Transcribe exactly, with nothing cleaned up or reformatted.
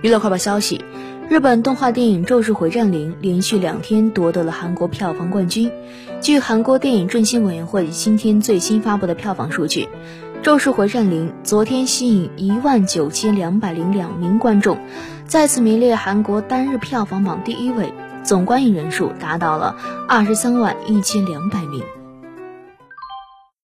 娱乐快报消息，日本动画电影《咒术回战零》连续两天夺得了韩国票房冠军。据韩国电影振兴委员会今天最新发布的票房数据，《咒术回战零》昨天吸引一万九千两百零两名观众，再次名列韩国单日票房榜第一位，总观影人数达到了二十三万一千两百名。